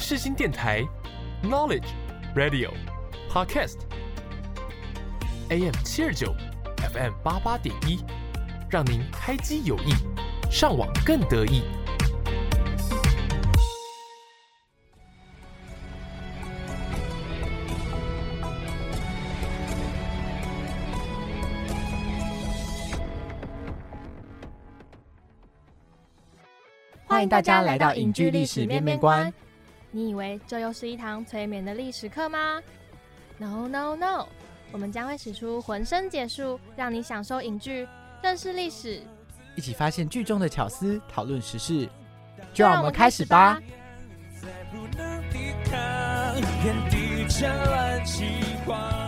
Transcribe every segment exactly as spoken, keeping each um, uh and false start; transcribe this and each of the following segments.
世新电台 Knowledge Radio Podcast A M 七二九 F M 八八点一，让您开机有益，上网更得意。 欢迎大家来到影剧历史面面观。 你以为这又是一堂催眠的历史课吗？ No No No， 我们将会使出浑身解数，让你享受影剧，认识历史， 一起发现剧中的巧思，讨论时事。就让我们开始吧。 再不能抵抗天地战乱起狂。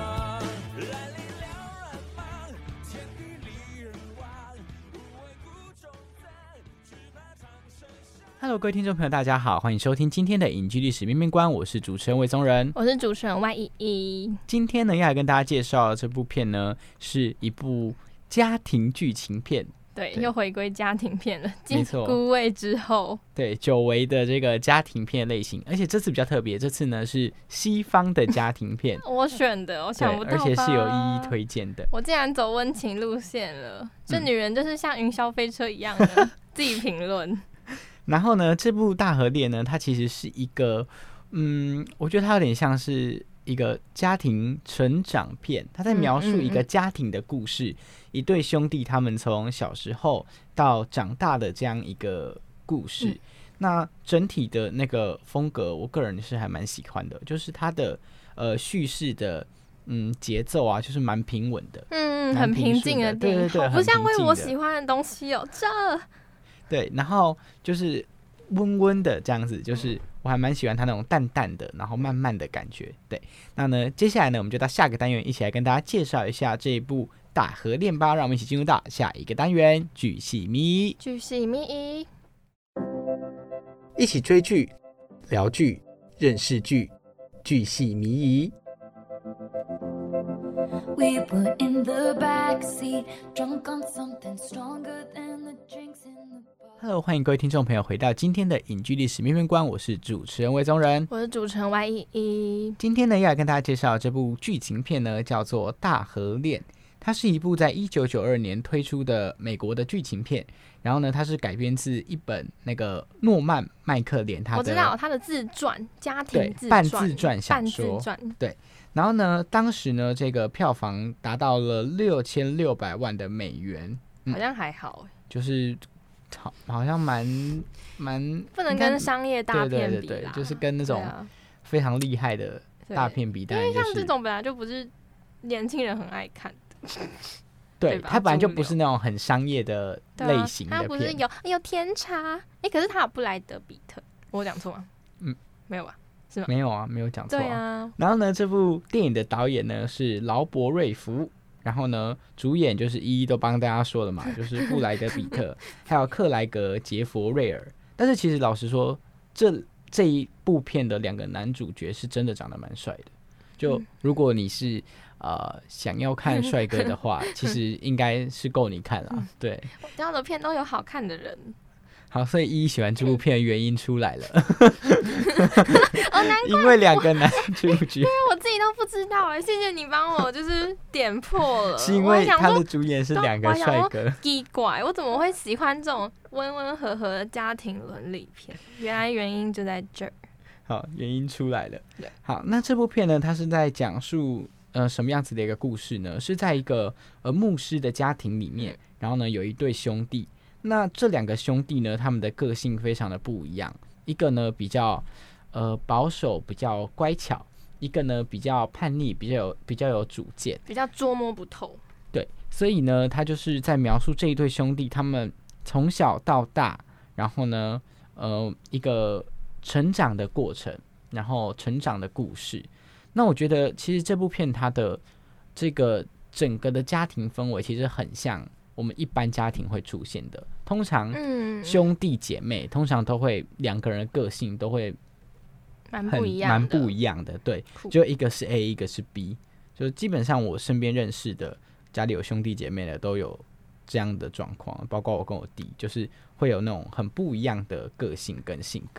Hello， 各位听众朋友，大家好，欢迎收听今天的影剧历史面面观，我是主持人魏宗仁， 我是主持人Y一一。 今天呢，要来跟大家介绍的这部片呢，是一部家庭剧情片。 对，对又回归家庭片了， 没错， 孤味之后， 对，久违的这个家庭片类型，而且这次比较特别，这次呢是西方的家庭片， 我选的，我想不到吧， 而且是有一一推荐的。 我竟然走温情路线了，这女人就是像云霄飞车一样的，嗯、自己评论。 然后呢，这部《大河恋》呢，它其实是一个，嗯，我觉得它有点像是一个家庭成长片，它在描述一个家庭的故事，嗯嗯嗯一对兄弟他们从小时候到长大的这样一个故事。嗯、那整体的那个风格，我个人是还蛮喜欢的，就是它的呃叙事的嗯节奏啊，就是蛮平稳的， 嗯，很平静的电影，对对对，不像为我喜欢的东西哦，这。 对，然后就是温温的这样子，就是我还蛮喜欢它那种淡淡的，然后慢慢的感觉。对，那呢，接下来呢，我们就到下个单元，一起来跟大家介绍一下这一部《大河恋》吧。让我们一起进入到下一个单元——剧系迷。 剧系迷， 一起追剧、聊剧、认识剧，剧系迷疑。We were in the backseat, drunk on something stronger than the drinks in the bar.Hello， 欢迎各位听众朋友回到今天的影剧历史面面观，我是主持人魏宗仁， 我是主持人 Y 一一。 今天呢，要来跟大家介绍这部剧情片呢，叫做《大河恋》。它是一部在一九九二年推出的美国的剧情片，然后呢，它是改编自一本那个诺曼麦克连他的， 我知道他的自传，家庭自传， 半自传小说，对。然后呢，当时呢，这个票房达到了六千六百万的美元， 嗯、好像还好、欸， 就是好，好像蛮蛮不能跟商业大片比啦， 对对对对，就是跟那种非常厉害的大片比，当然、就是、 因为像这种本来就不是年轻人很爱看的， 对，它本来就不是那种很商业的类型的片， 它、啊、不是有有甜茶，哎，可是它有布莱德比特，我讲错吗？嗯，没有吧？是吗？ 没有啊，没有讲错、啊。 对啊。 然后呢，这部电影的导演呢是劳勃瑞福，然后呢，主演就是一一都帮大家说了嘛，就是布莱德比特，还有克莱格杰佛瑞尔。但是其实老实说，这这一部片的两个男主角是真的长得蛮帅的。就如果你是呃想要看帅哥的话，其实应该是够你看啦。对， 我挑的片都有好看的人。 好，所以依依喜欢这部片的原因出来了。 哦，难怪， 因为两个男主角， 对啊，我自己都不知道哎，谢谢你帮我就是点破了。 是因为他的主演是两个帅哥。 奇怪，我怎么会喜欢这种温温和和的家庭伦理片？原来原因就在这儿。 好，原因出来了。好，那这部片呢，它是在讲述呃什么样子的一个故事呢？是在一个呃牧师的家庭里面，然后呢有一对兄弟。那这两个兄弟呢，他们的个性非常的不一样。一个呢比较呃保守，比较乖巧；一个呢比较叛逆，比较有比较有主见， 比较捉摸不透。 对，所以呢，他就是在描述这一对兄弟他们从小到大，然后呢，呃，一个成长的过程，然后成长的故事。那我觉得，其实这部片它的这个整个的家庭氛围，其实很像我们一般家庭会出现的。通常兄弟姐妹、嗯、通常都会两个人的个性都会蛮不一样的， 蛮不一样的，对，就一个是 A， 一个是 B， 就基本上我身边认识的家里有兄弟姐妹的都有这样的状况，包括我跟我弟，就是会有那种很不一样的个性跟性格。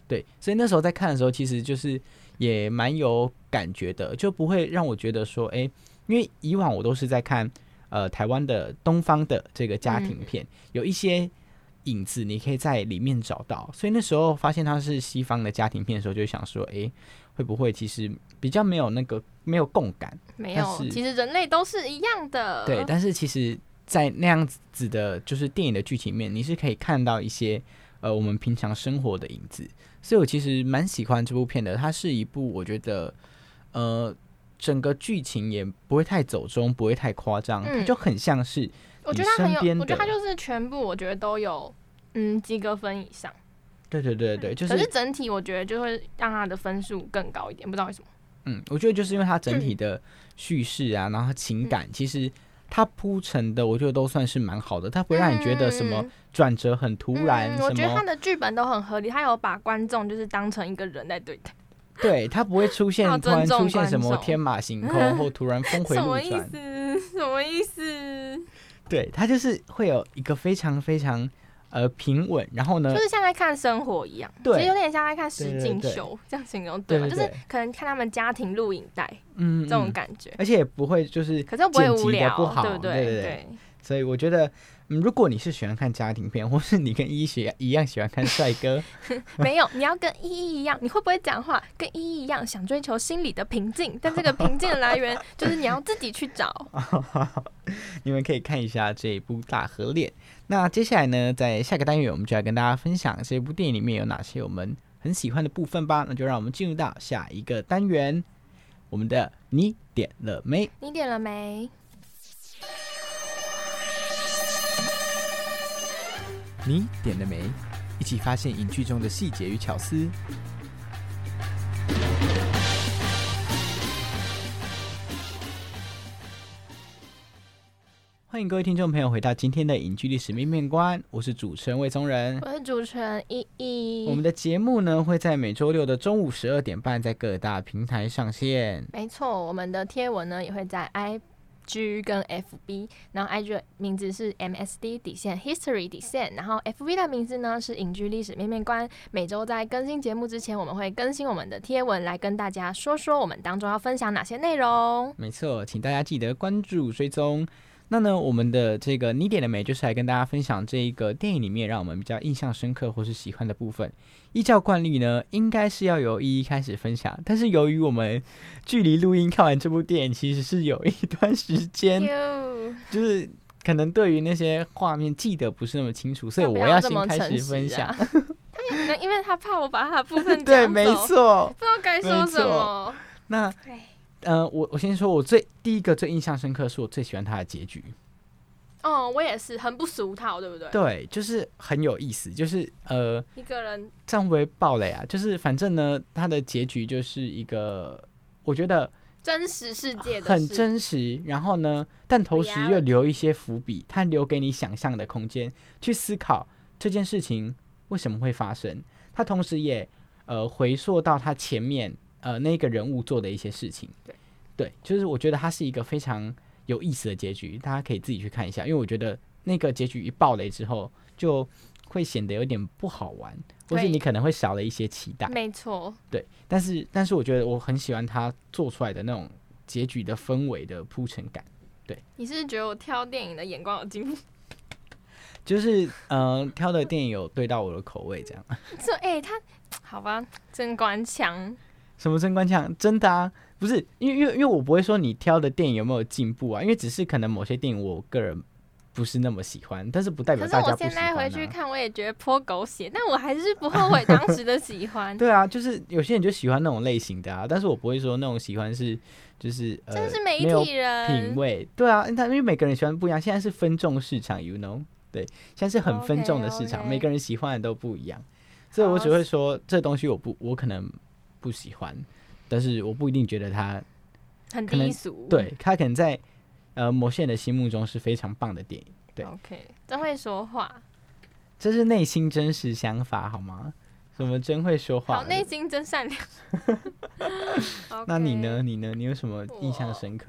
对，所以那时候在看的时候，其实就是也蛮有感觉的，就不会让我觉得说，哎、欸，因为以往我都是在看呃台湾的东方的这个家庭片，嗯、有一些影子你可以在里面找到，所以那时候发现它是西方的家庭片的时候，就想说，哎、欸，会不会其实比较没有那个没有共感？ 没有，其实人类都是一样的。 对，但是其实，在那样子的，就是电影的剧情里面，你是可以看到一些呃我们平常生活的影子，所以我其实蛮喜欢这部片的。它是一部我觉得呃整个剧情也不会太走中，不会太夸张，它、嗯、就很像是我觉得它很有，我觉得它就是全部我觉得都有嗯及格分以上。 对对对对，就是。 可是整体我觉得就会让它的分数更高一点，不知道为什么。 嗯，我觉得就是因为它整体的叙事啊，嗯、然后情感，其实它铺陈的，我觉得都算是蛮好的。它不会让你觉得什么转折很突然。嗯、 我觉得它的剧本都很合理，它有把观众就是当成一个人在对待。 对，它不会出现突然出现什么天马行空、嗯、或突然峰回路转。 什么意思？什么意思？ 对，它就是会有一个非常非常。呃，平稳，然后呢， 就是像在看生活一样，对，其实有点像在看实境秀，这样形容对吗？就是可能看他们家庭录影带，嗯，这种感觉， 而且也不会就是， 可是又不会无聊， 不好， 对不对？ 对对对。所以我觉得，嗯，如果你是喜欢看家庭片，或是你跟依依一样喜欢看帅哥， 没有，你要跟依依一样，你会不会讲话？跟依依一样，想追求心理的平静，但这个平静的来源就是你要自己去找。 你们可以看一下这一部《大河恋》。那接下来呢，在下个单元，我们就来跟大家分享这部电影里面有哪些我们很喜欢的部分吧。那就让我们进入到下一个单元，我们的你点了没？ 你点了没？ 你点了没？一起发现影剧中的细节与巧思。欢迎各位听众朋友回到今天的影剧历史面面观，我是主持人魏宗仁， 我是主持人依依。 我们的节目呢会在每周六的中午十二点半在各大平台上线。 没错，我们的贴文呢也会在 I。G 跟 F B， 然后 I G 的名字是 M S D 底线 History 底线，然后 F B 的名字呢是影剧历史面面观。每周在更新节目之前，我们会更新我们的贴文，来跟大家说说我们当中要分享哪些内容。 没错，请大家记得关注追踪。那呢，我们的这个你点了没，就是来跟大家分享这一个电影里面让我们比较印象深刻或是喜欢的部分。依照惯例呢，应该是要由依依开始分享，但是由于我们距离录音看完这部电影其实是有一段时间，就是可能对于那些画面记得不是那么清楚，所以我要先开始分享。 他因为他怕我把他的部分讲走， 对，没错， 不知道该说什么。 那呃，我我先说，我最第一个最印象深刻是我最喜欢他的结局。 哦，我也是，很不俗套，对不对？ 对，就是很有意思，就是呃， 一个人这样会不会爆雷啊？就是反正呢，他的结局就是一个，我觉得真实世界的很真实，然后呢，但同时又留一些伏笔，他留给你想象的空间，去思考这件事情为什么会发生。他同时也呃回溯到他前面呃那个人物做的一些事情。 对， 对，就是我觉得他是一个非常有意思的结局，大家可以自己去看一下，因为我觉得那个结局一爆雷之后，就会显得有点不好玩，或是你可能会少了一些期待。 没错， 对，但是但是我觉得我很喜欢他做出来的那种结局的氛围的铺陈感。对， 你是不是觉得我挑电影的眼光有进步？ 就是呃，挑的电影有对到我的口味，这样。 这哎、欸，他好吧，真官腔。 什么真官腔？真的啊，不是因为因为因为我不会说你挑的电影有没有进步啊，因为只是可能某些电影我个人不是那么喜欢，但是不代表大家不喜欢、啊。可是我现在回去看，我也觉得颇狗血，但我还是不后悔当时的喜欢。 对啊，就是有些人就喜欢那种类型的啊，但是我不会说那种喜欢是就是呃， 真是媒体人品味。对啊，因为每个人喜欢不一样，现在是分众市场 ，you know， 对，现在是很分众的市场， okay, okay. 每个人喜欢的都不一样，所以我只会说这东西我不，我可能不喜欢。但是我不一定觉得他很低俗， 对，他可能在呃某些人的心目中是非常棒的电影。对 ，OK， 真会说话， 这是内心真实想法好吗？什么真会说话？ 好，内心真善良。 那你呢？你呢？你有什么印象深刻的？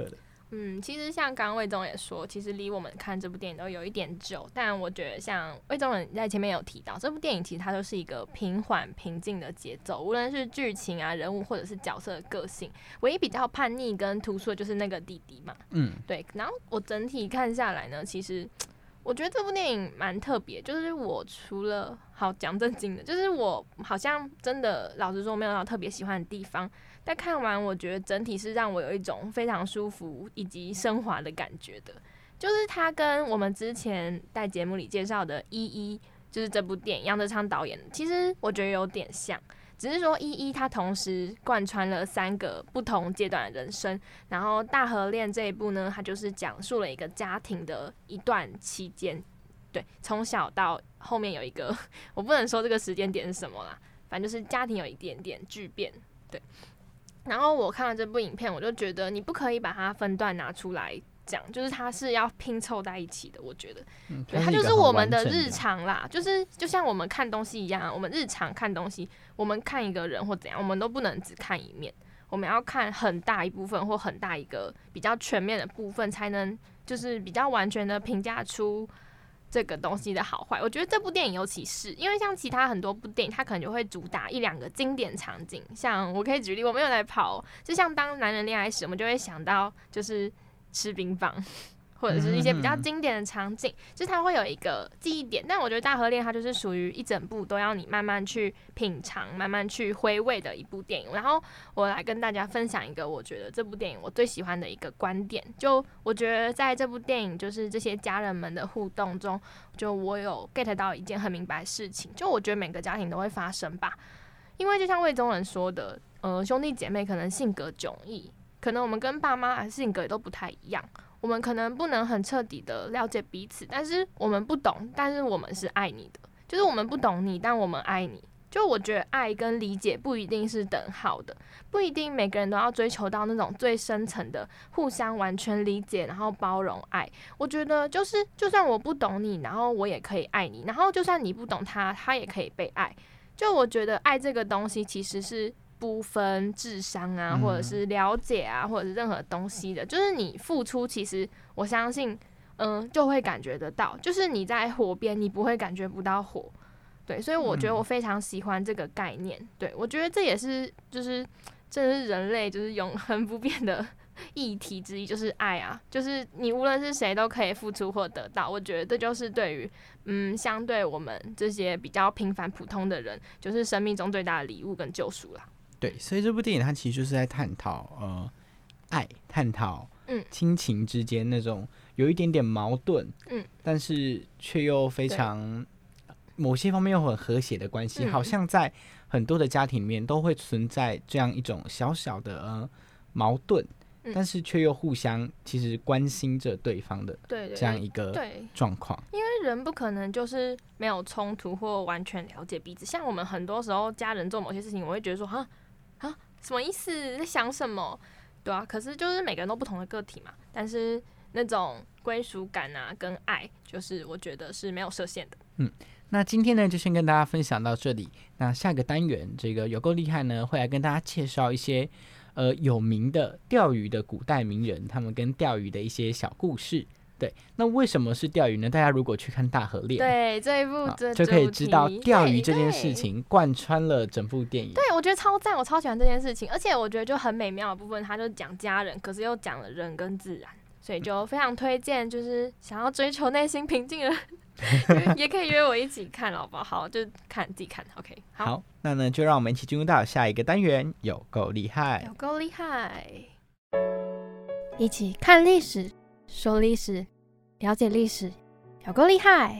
嗯，其实像刚刚魏宗也说，其实离我们看这部电影都有一点久，但我觉得像魏宗仁在前面有提到，这部电影其实它就是一个平缓平静的节奏，无论是剧情啊、人物或者是角色的个性，唯一比较叛逆跟突出的就是那个弟弟嘛。 嗯， 对。然后我整体看下来呢，其实我觉得这部电影蛮特别，就是我除了好讲正经的，就是我好像真的老实说没有到特别喜欢的地方。但看完，我觉得整体是让我有一种非常舒服以及升华的感觉的。就是它跟我们之前在节目里介绍的《一一》，就是这部电影杨德昌导演，其实我觉得有点像，只是说《一一》它同时贯穿了三个不同阶段的人生。然后《大河恋》这一部呢，它就是讲述了一个家庭的一段期间，对，从小到后面有一个，我不能说这个时间点是什么啦，反正就是家庭有一点点巨变，对。然后我看了这部影片，我就觉得你不可以把它分段拿出来讲，就是它是要拼凑在一起的。我觉得， 嗯、 对，它就是我们的日常啦，就是就像我们看东西一样，我们日常看东西，我们看一个人或怎样，我们都不能只看一面，我们要看很大一部分或很大一个比较全面的部分，才能就是比较完全的评价出这个东西的好坏。我觉得这部电影尤其是因为像其他很多部电影，它可能就会主打一两个经典场景，像我可以举例，我没有在跑，就像当男人恋爱时，我们就会想到就是吃冰棒，或者是一些比较经典的场景，就是它会有一个记忆点。但我觉得《大河恋》它就是属于一整部都要你慢慢去品尝、慢慢去回味的一部电影。然后我来跟大家分享一个我觉得这部电影我最喜欢的一个观点，就我觉得在这部电影就是这些家人们的互动中，就我有 get 到一件很明白的事情，就我觉得每个家庭都会发生吧。因为就像魏宗仁说的，呃，兄弟姐妹可能性格迥异，可能我们跟爸妈性格也都不太一样。我们可能不能很彻底的了解彼此，但是我们不懂，但是我们是爱你的，就是我们不懂你，但我们爱你。就我觉得爱跟理解不一定是等号的，不一定每个人都要追求到那种最深层的互相完全理解，然后包容爱。我觉得就是就算我不懂你，然后我也可以爱你，然后就算你不懂他，他也可以被爱。就我觉得爱这个东西其实是不分智商啊，或者是了解啊，或者是任何东西的，就是你付出，其实我相信，嗯，就会感觉得到，就是你在火边，你不会感觉不到火，对，所以我觉得我非常喜欢这个概念，对，我觉得这也是就是这是人类就是永恒不变的议题之一，就是爱啊，就是你无论是谁都可以付出或得到，我觉得这就是对于嗯相对我们这些比较平凡普通的人，就是生命中最大的礼物跟救赎啦。 对，所以这部电影它其实就是在探讨呃爱，探讨亲情之间那种有一点点矛盾，嗯，但是却又非常某些方面又很和谐的关系，嗯，好像在很多的家庭里面都会存在这样一种小小的呃矛盾，嗯，但是却又互相其实关心着对方的这样一个状况。 因为人不可能就是没有冲突或完全了解彼此，像我们很多时候家人做某些事情，我会觉得说哈。啊，什么意思？在想什么？对啊，可是就是每个人都不同的个体嘛，但是那种归属感啊，跟爱，就是我觉得是没有设限的。 嗯，那今天呢，就先跟大家分享到这里。那下个单元，这个有够厉害呢，会来跟大家介绍一些呃有名的钓鱼的古代名人，他们跟钓鱼的一些小故事。对，那为什么是钓鱼呢？大家如果去看《大河恋》， 对这一部这就可以知道钓鱼这件事情贯穿了整部电影。 对，我觉得超赞，我超喜欢这件事情，而且我觉得就很美妙的部分，它就讲家人，可是又讲了人跟自然，所以就非常推荐，就是想要追求内心平静的人，也可以约我一起看，好不好？好，就看自己看 ，OK 好。 好，那呢，就让我们一起进入到下一个单元，有够厉害， 有够厉害，一起看历史。说历史，了解历史，有够厉害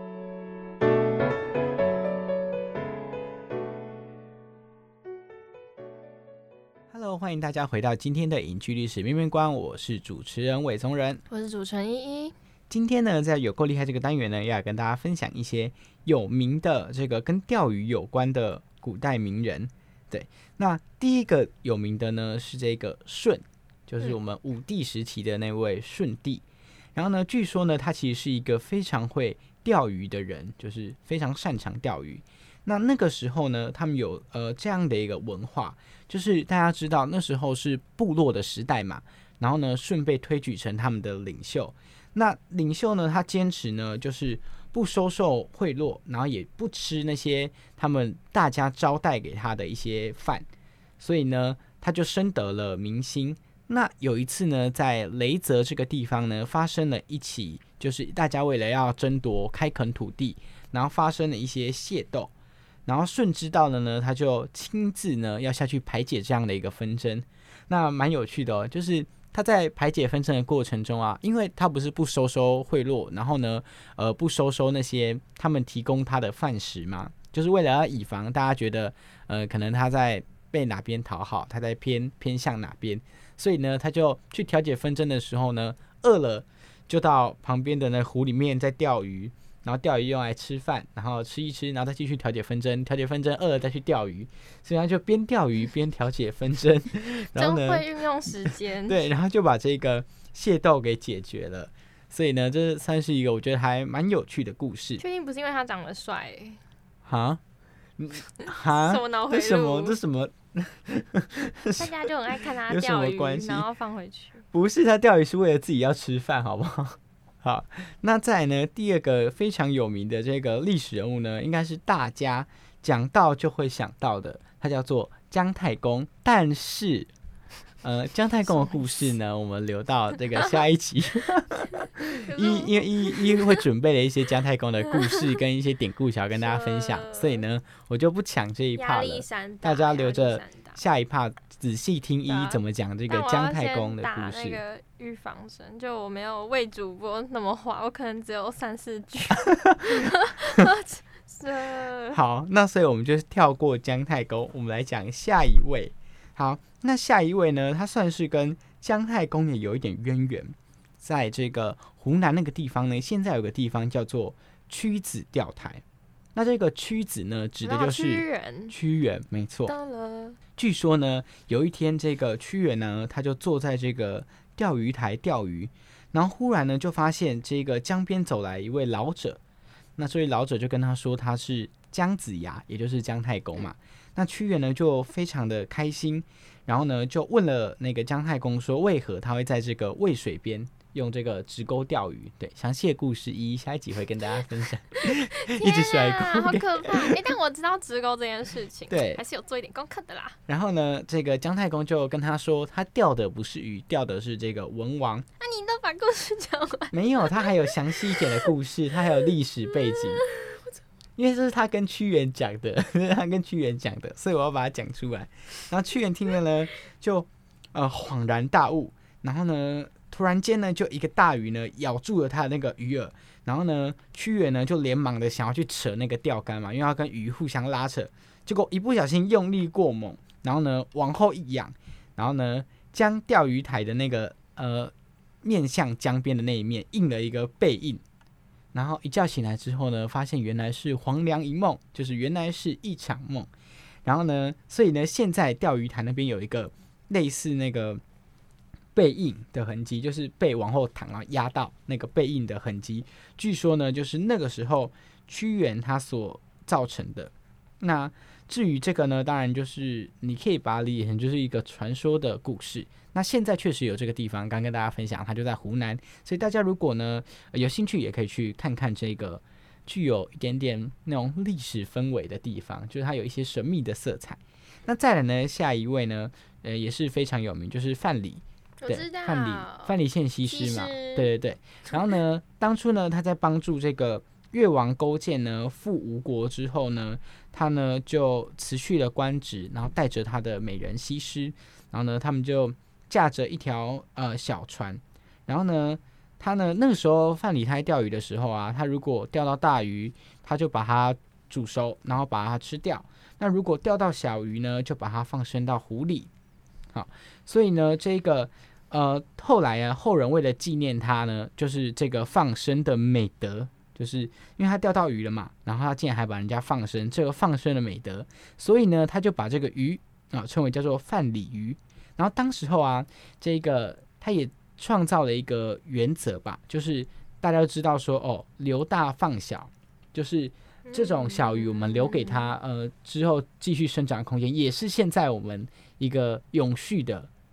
！Hello， 欢迎大家回到今天的影剧历史面面观，我是主持人韦宗仁， 我是主持人依依。 今天呢，在有够厉害这个单元呢，要跟大家分享一些有名的这个跟钓鱼有关的古代名人。对，那第一个有名的呢是这个舜。就是我们武帝时期的那位舜帝，然后呢，据说呢，他其实是一个非常会钓鱼的人，就是非常擅长钓鱼。那那个时候呢，他们有呃这样的一个文化，就是大家知道那时候是部落的时代嘛， 然后呢顺被推举成他们的领袖。那领袖呢，他坚持呢就是不收受贿赂，然后也不吃那些他们大家招待给他的一些饭，所以呢他就深得了民心。那有一次呢，在雷泽这个地方呢，发生了一起，就是大家为了要争夺开垦土地，然后发生了一些械斗。然后舜知道了呢，他就亲自呢要下去排解这样的一个纷争。那蛮有趣的哦，就是他在排解纷争的过程中啊，因为他不是不收收贿赂，然后呢，呃，不收收那些他们提供他的饭食嘛，就是为了要以防大家觉得，呃，可能他在被哪边讨好，他在偏偏向哪边，所以呢，他就去调解纷争的时候呢，饿了就到旁边的那湖里面在钓鱼。然后钓鱼用来吃饭，然后吃一吃，然后再继续调解纷争，调解纷争饿了再去钓鱼，所以他就边钓鱼边调解纷争，然后呢， 真会运用时间， 对，然后就把这个械斗给解决了。所以呢，这算是一个我觉得还蛮有趣的故事。 确定不是因为他长得帅、欸？ 哈，哈， 什么脑回路？ 这什么？这什么？ 大家就很爱看他有什钓鱼， 么关系然后放回去。 不是，他钓鱼是为了自己要吃饭，好不好？好，那再来呢，第二个非常有名的这个历史人物呢，应该是大家讲到就会想到的，他叫做姜太公。但是，呃，姜太公的故事呢，我们留到这个下一集，因因为因因为会准备了一些姜太公的故事跟一些典故想要跟大家分享，所以呢，我就不抢这一趴了，大家留着下一趴仔细听一怎么讲这个姜太公的故事。 那个预防针，就我没有为主播那么话，我可能只有三四句。 好，那所以我们就跳过姜太公，我们来讲下一位。好，那下一位呢，他算是跟姜太公也有一点渊源。在这个湖南那个地方呢，现在有个地方叫做曲子钓台。那这个曲子呢，指的就是屈原。 屈原，没错。据说呢，有一天这个屈原呢，他就坐在这个钓鱼台钓鱼，然后忽然呢，就发现这个江边走来一位老者。那这位老者就跟他说他是姜子牙，也就是姜太公嘛。那屈原呢就非常的开心，然后呢就问了那个姜太公说，为何他会在这个渭水边用这个直钩钓鱼？对，详细的故事一下一集会跟大家分享。一直甩锅， 好可怕！哎、欸，但我知道直钩这件事情， 对， 还是有做一点功课的啦。 然后呢，这个姜太公就跟他说，他钓的不是鱼，钓的是这个文王。 那、啊、你都把故事讲完？没有，他还有详细一点的故事，他还有历史背景。因为这是他跟屈原讲的，他跟屈原讲的，所以我要把它讲出来。然后屈原听了呢，就呃恍然大悟，然后呢，突然间呢，就一个大鱼呢咬住了他的那个鱼饵，然后呢，屈原呢就连忙的想要去扯那个钓竿嘛，因为要跟鱼互相拉扯，结果一不小心用力过猛，然后呢往后一仰，然后呢将钓鱼台的那个呃面向江边的那一面印了一个背印。然后一觉醒来之后呢，发现原来是黄粱一梦，就是原来是一场梦。然后呢，所以呢，现在钓鱼台那边有一个类似那个背印的痕迹，就是背往后躺，然后压到那个背印的痕迹。据说呢，就是那个时候屈原他所造成的。那至于这个呢，当然就是你可以把它理解成就是一个传说的故事。那现在确实有这个地方，刚跟大家分享，它就在湖南，所以大家如果呢、呃、有兴趣，也可以去看看这个具有一点点那种历史氛围的地方，就是它有一些神秘的色彩。那再来呢，下一位呢，呃也是非常有名，就是范蠡，对，范蠡，范蠡献西施嘛，对对对。然后呢，当初呢，他在帮助这个越王勾践呢复吴国之后呢，他呢就辞去了官职，然后带着他的美人西施，然后呢，他们就驾着一条呃小船，然后呢，他呢那个时候范蠡他在钓鱼的时候啊，他如果钓到大鱼，他就把它煮熟，然后把它吃掉；那如果钓到小鱼呢，就把它放生到湖里。好，所以呢，这个呃后来啊，后人为了纪念他呢，就是这个放生的美德，就是因为他钓到鱼了嘛，然后他竟然还把人家放生，这个放生的美德，所以呢，他就把这个鱼啊称为叫做范蠡鱼。然后当时候啊，这个他也创造了一个原则吧，就是大家都知道说，哦，留大放小，就是这种小鱼我们留给它，呃，之后继续生长的空间，也是现在我们一个永续的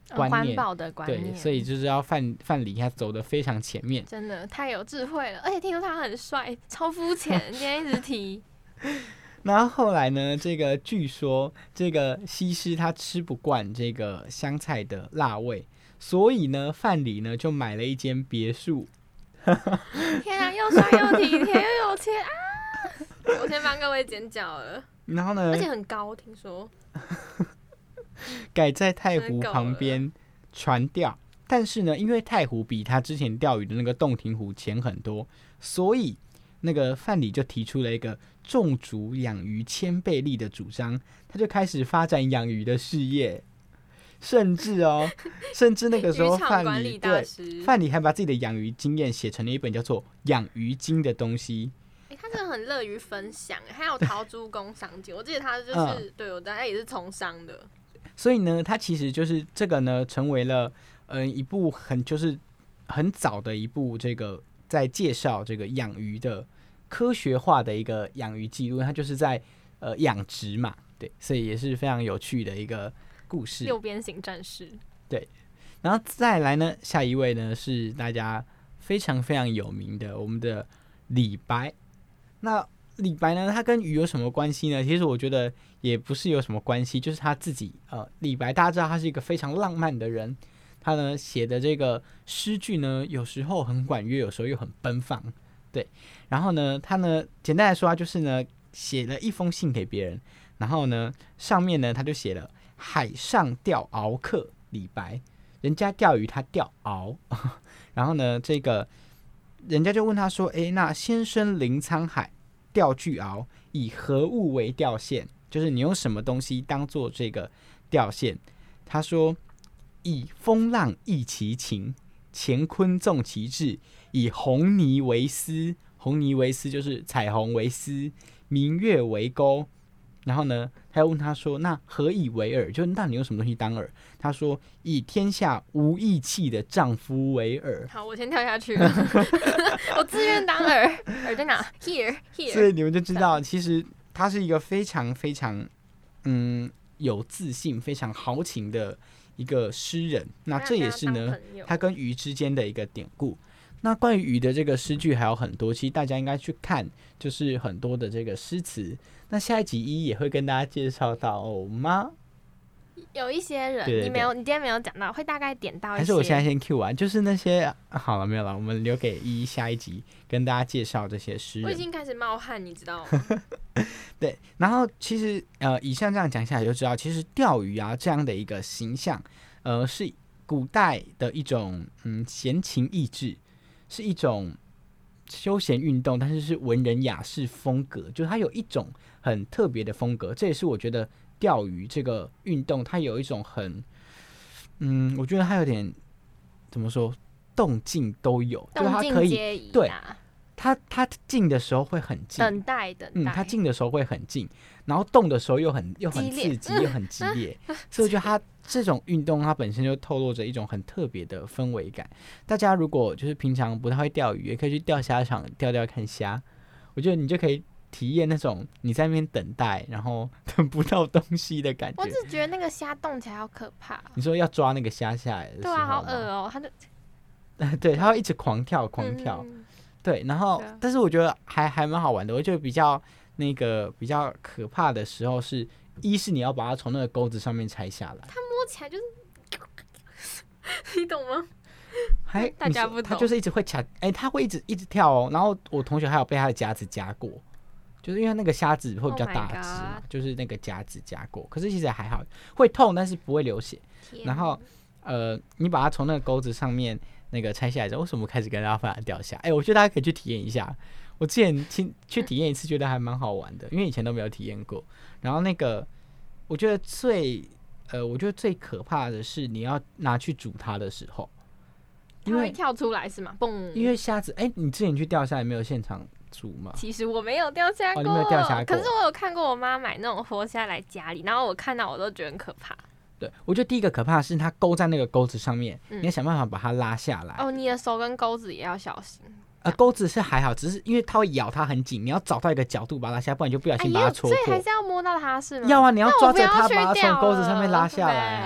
观念， 哦环保的观念， 对，所以就是要范范蠡他走得非常前面， 真的太有智慧了，而且听说他很帅，超肤浅，今天一直提。 然后后来呢，这个据说这个西施他吃不惯这个香菜的辣味，所以呢，范蠡呢就买了一间别墅。 天啊，又帅又体贴又有钱啊！我先帮各位剪脚了。 然后呢， 而且很高，听说。 改在太湖旁边船钓，但是呢，因为太湖比他之前钓鱼的那个洞庭湖浅很多，所以那个范蠡就提出了一个种竹养鱼千倍利的主张，他就开始发展养鱼的事业，甚至哦，甚至那个时候范蠡对范蠡还把自己的养鱼经验写成了一本叫做《养鱼经》的东西。 欸、他真的很乐于分享，还有陶朱工商经，我记得他就是、嗯、对我大概也是从商的。 所以呢，它其实就是这个呢，成为了呃一部很就是很早的一部这个在介绍这个养鱼的科学化的一个养鱼记录，它就是在呃养殖嘛，对，所以也是非常有趣的一个故事。 六边形战士， 对，然后再来呢，下一位呢是大家非常非常有名的我们的李白。那李白呢，他跟鱼有什么关系呢？其实我觉得也不是有什么关系，就是他自己呃，李白大家知道他是一个非常浪漫的人，他呢写的这个诗句呢，有时候很婉约，有时候又很奔放，对。然后呢，他呢简单来说，他就是呢写了一封信给别人，然后呢上面呢他就写了海上钓鳌客李白，人家钓鱼他钓鳌，然后呢这个人家就问他说，哎，那先生临沧海钓巨鳌，以何物为钓线？就是你用什么东西当做这个钓线？他说：以风浪易其情，乾坤纵其志，以红泥为丝，红泥为丝就是彩虹为丝，明月为钩。然后呢，他又问他说：那何以为饵？就是那你用什么东西当饵？他说：以天下无义气的丈夫为饵。 好，我先跳下去了，我自愿当饵，饵在哪 ？Here here。 所以你们就知道，其实他是一个非常非常嗯有自信、非常豪情的一个诗人。那这也是呢，他跟鱼之间的一个典故。那关于鱼的这个诗句还有很多，其实大家应该去看，就是很多的这个诗词。那下一集一也会跟大家介绍到吗？ 有一些人， 对对对， 你没有，你今天没有讲到，会大概点到一些。 还是我现在先 Q 完，就是那些、啊、好了没有了，我们留给一下一集跟大家介绍这些诗人。 我已经开始冒汗，你知道吗？ 对，然后其实呃，以上这样讲下来就知道，其实钓鱼啊这样的一个形象，呃，是古代的一种嗯闲情逸致，是一种休闲运动，但是是文人雅士风格，就是它有一种很特别的风格。这也是我觉得钓鱼这个运动，它有一种很，嗯，我觉得它有点怎么说，动静都有，就是它可以对它它静的时候会很静， 等待等待， 嗯，它静的时候会很静，然后动的时候又很又很刺激，又很激烈，所以我觉得它这种运动它本身就透露着一种很特别的氛围感。大家如果就是平常不太会钓鱼，也可以去钓虾场钓钓看虾，我觉得你就可以体验那种你在那边等待，然后等不到东西的感觉。 我只觉得那个虾动起来好可怕。 你说要抓那个虾下来的时候， 对啊，好恶哦、喔，它就对，它会一直狂跳狂跳。嗯，对，然后、啊、但是我觉得还还蛮好玩的。我觉得比较那个比较可怕的时候是，一是你要把它从那个钩子上面拆下来， 它摸起来就是，你懂吗？ 还大家不懂， 它就是一直会卡，哎、欸，它会一直一直跳哦。然后我同学还有被它的夹子夹过，就是因为那个虾子会比较大只嘛， oh、就是那个夹子夹过。可是其实还好，会痛，但是不会流血。然后呃，你把它从那个钩子上面那个拆下来之后，为什么开始跟大家分享钓虾？哎、欸，我觉得大家可以去体验一下。我之前去去体验一次，觉得还蛮好玩的，因为以前都没有体验过。然后那个，我觉得最呃，我觉得最可怕的是你要拿去煮它的时候， 它会跳出来是吗？蹦！ 因为虾子，哎、欸，你之前去钓虾有没有现场煮吗？ 其实我没有钓虾过， 哦、你没有钓虾过， 可是我有看过我妈买那种活虾来家里，然后我看到我都觉得很可怕。 对，我觉得第一个可怕的是它勾在那个钩子上面，嗯、你要想办法把它拉下来。 哦，你的手跟钩子也要小心。 呃，钩子是还好，只是因为它会咬，它很紧，你要找到一个角度把它拉下来，不然你就不小心把它戳破。 哎、所以还是要摸到它是吗？ 要啊，你要抓着它，把它从钩子上面拉下来啊。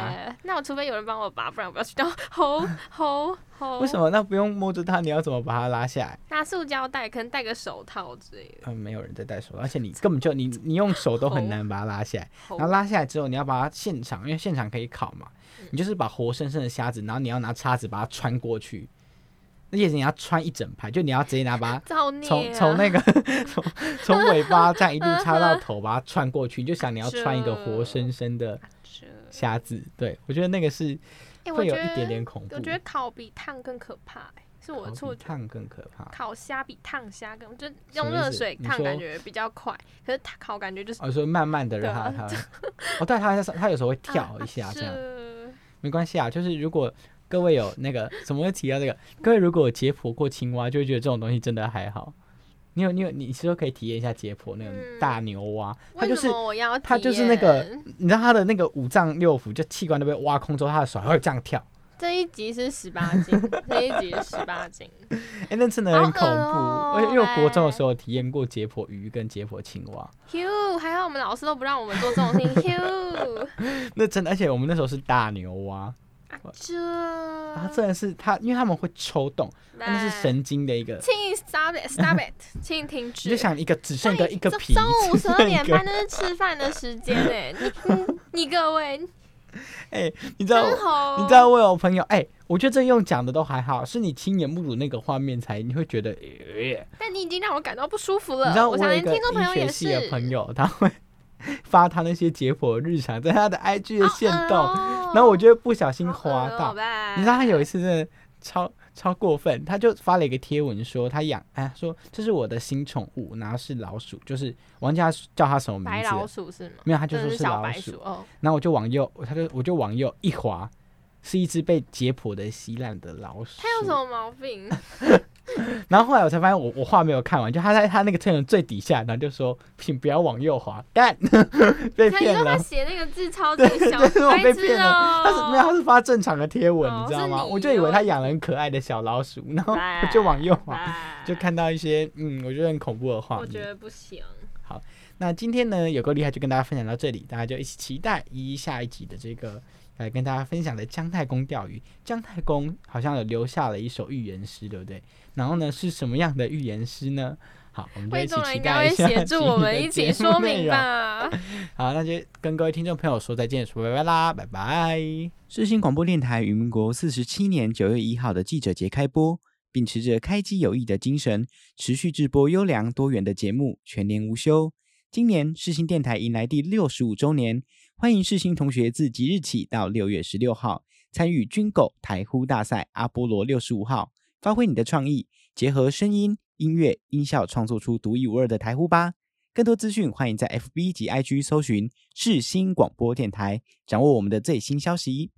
那我除非有人帮我拔，不然我不要去当吼吼吼。 为什么？那不用摸着它，你要怎么把它拉下来？ 拿塑胶袋，可能戴个手套之类的。 嗯，没有人在戴手套，而且你根本就你你用手都很难把它拉下来。然后拉下来之后，你要把它现场，因为现场可以烤嘛，你就是把活生生的虾子，然后你要拿叉子把它穿过去。而且你要穿一整排，就你要直接拿把它从从、啊、那个从从尾巴这样一路插到头，把它穿过去。你就想你要穿一个活生生的虾子，对我觉得那个是会有一点点恐怖。 欸、我, 我觉得烤比烫更可怕、欸，是我的错觉。 烫更可怕。烤虾比烫虾更，就用热水烫感觉比较快，可是烤感觉就是。 哦，说慢慢的让它它，哦，对，它它有时候会跳一下这样，没关系啊，就是如果。各位有那个怎么会提到这个？各位如果有解剖过青蛙，就会觉得这种东西真的还好。你有你有你是说可以体验一下解剖那种大牛蛙？它、嗯、就是它就是那个，你知道它的那个五脏六腑就器官都被挖空之后，它的手还会这样跳。 这一集是十八禁，这一集是十八禁。 哎、欸，那真的很恐怖。而且、哦、因为我国中的时候体验过解剖鱼跟解剖青蛙。 Q， 还好我们老师都不让我们做这种事情。Q， 那真的，而且我们那时候是大牛蛙。 这它真的是它，因为他们会抽动，那是神经的一个。 请 stop it, stop it， 请停止。 你就想一个只剩个一个皮。 中午十二点半那是吃饭的时间哎，你你各位， 哎、欸，你知道你知道我有朋友哎、欸，我觉得这用讲的都还好，是你亲眼目睹那个画面才你会觉得，欸、 但你已经让我感到不舒服了。 你知道我有一个医学系的朋友，他会发他那些解剖日常在他的 I G 的限动。哦然后我就不小心滑到，你知道他有一次真的超超过分，他就发了一个贴文说他养，哎，说这是我的新宠物，然后是老鼠，就是我忘记他叫他什么名字， 白老鼠是吗？ 没有，他就说是老鼠。 是哦、 然后我就往右，他就我就往右一滑，是一只被解剖的稀烂的老鼠。 他有什么毛病？ 然后后来我才发现我，我我话没有看完，就他在他那个贴文最底下，然后就说，请不要往右滑，干，被骗了。 他写那个字超级小， 对对，我被骗了。 哦、 他是没有，他是发正常的贴文， 哦、 你知道吗？ 我就以为他养了很可爱的小老鼠，然后我就往右滑，就看到一些嗯，我觉得很恐怖的画面。 我觉得不行。 好，那今天呢有够厉害，就跟大家分享到这里，大家就一起期待一下一集的这个。来跟大家分享的姜太公钓鱼，姜太公好像有留下了一首寓言诗，对不对？然后呢，是什么样的寓言诗呢？好，我们就一起期待一下。 会协助我们一起说明吧。 好，那就跟各位听众朋友说再见，说拜拜啦，拜拜。世新广播电台于民国四十七年九月一号的记者节开播，秉持着开机有益的精神，持续制播优良多元的节目，全年无休。今年世新电台迎来第六十五周年。欢迎世新同学自即日起到六月十六号参与军狗台呼大赛阿波罗六十五号，发挥你的创意，结合声音、音乐、音效，创作出独一无二的台呼吧。更多资讯欢迎在 F B 及 I G 搜寻世新广播电台，掌握我们的最新消息。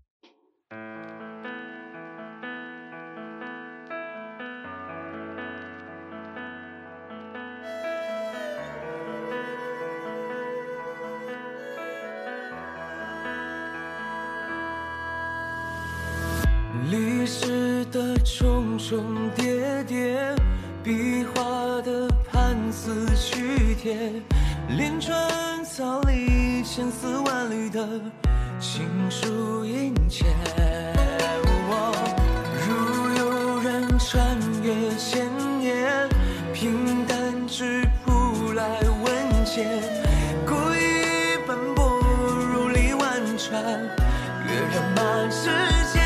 历史的重重叠叠，壁画的盘丝曲帖，连川草里千丝万缕的情书殷切。如有人穿越千年，平淡之铺来文笺，故意奔波如历万川，跃然满世界。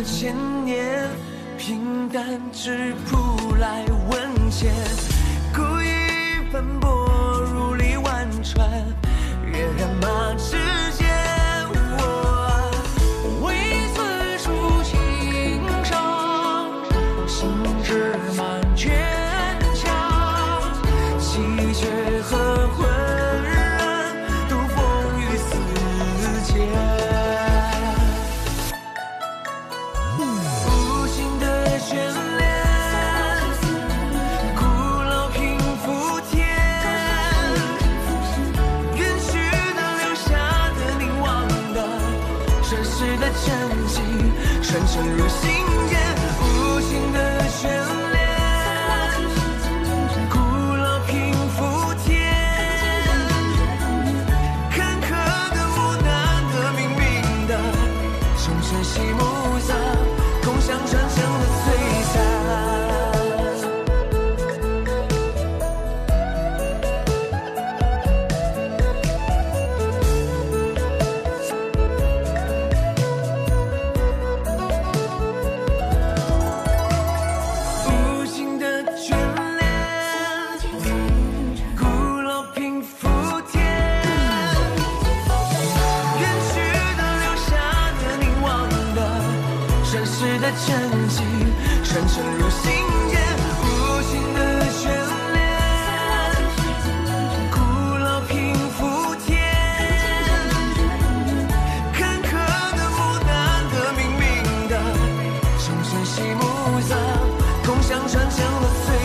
的千年，平淡质朴来问间，故意奔波如历万川，跃然马之间。我为此处情伤，心志满坚强，气绝和浑然都风雨四溅。无情的眷恋，古老平伏天，远去的留下的凝望的瞬时的真迹，传承入心间。无情的眷恋，古老平伏天，坎坷的无难的冥冥的，众生喜慕色，共享传承的璀璨。无情的眷恋，古老平伏天，远去的留下的凝望的瞬时的真迹，传承入心间。无情的眷恋，古老平伏天，坎坷的无难的冥冥的，众生喜慕色，共享传承的璀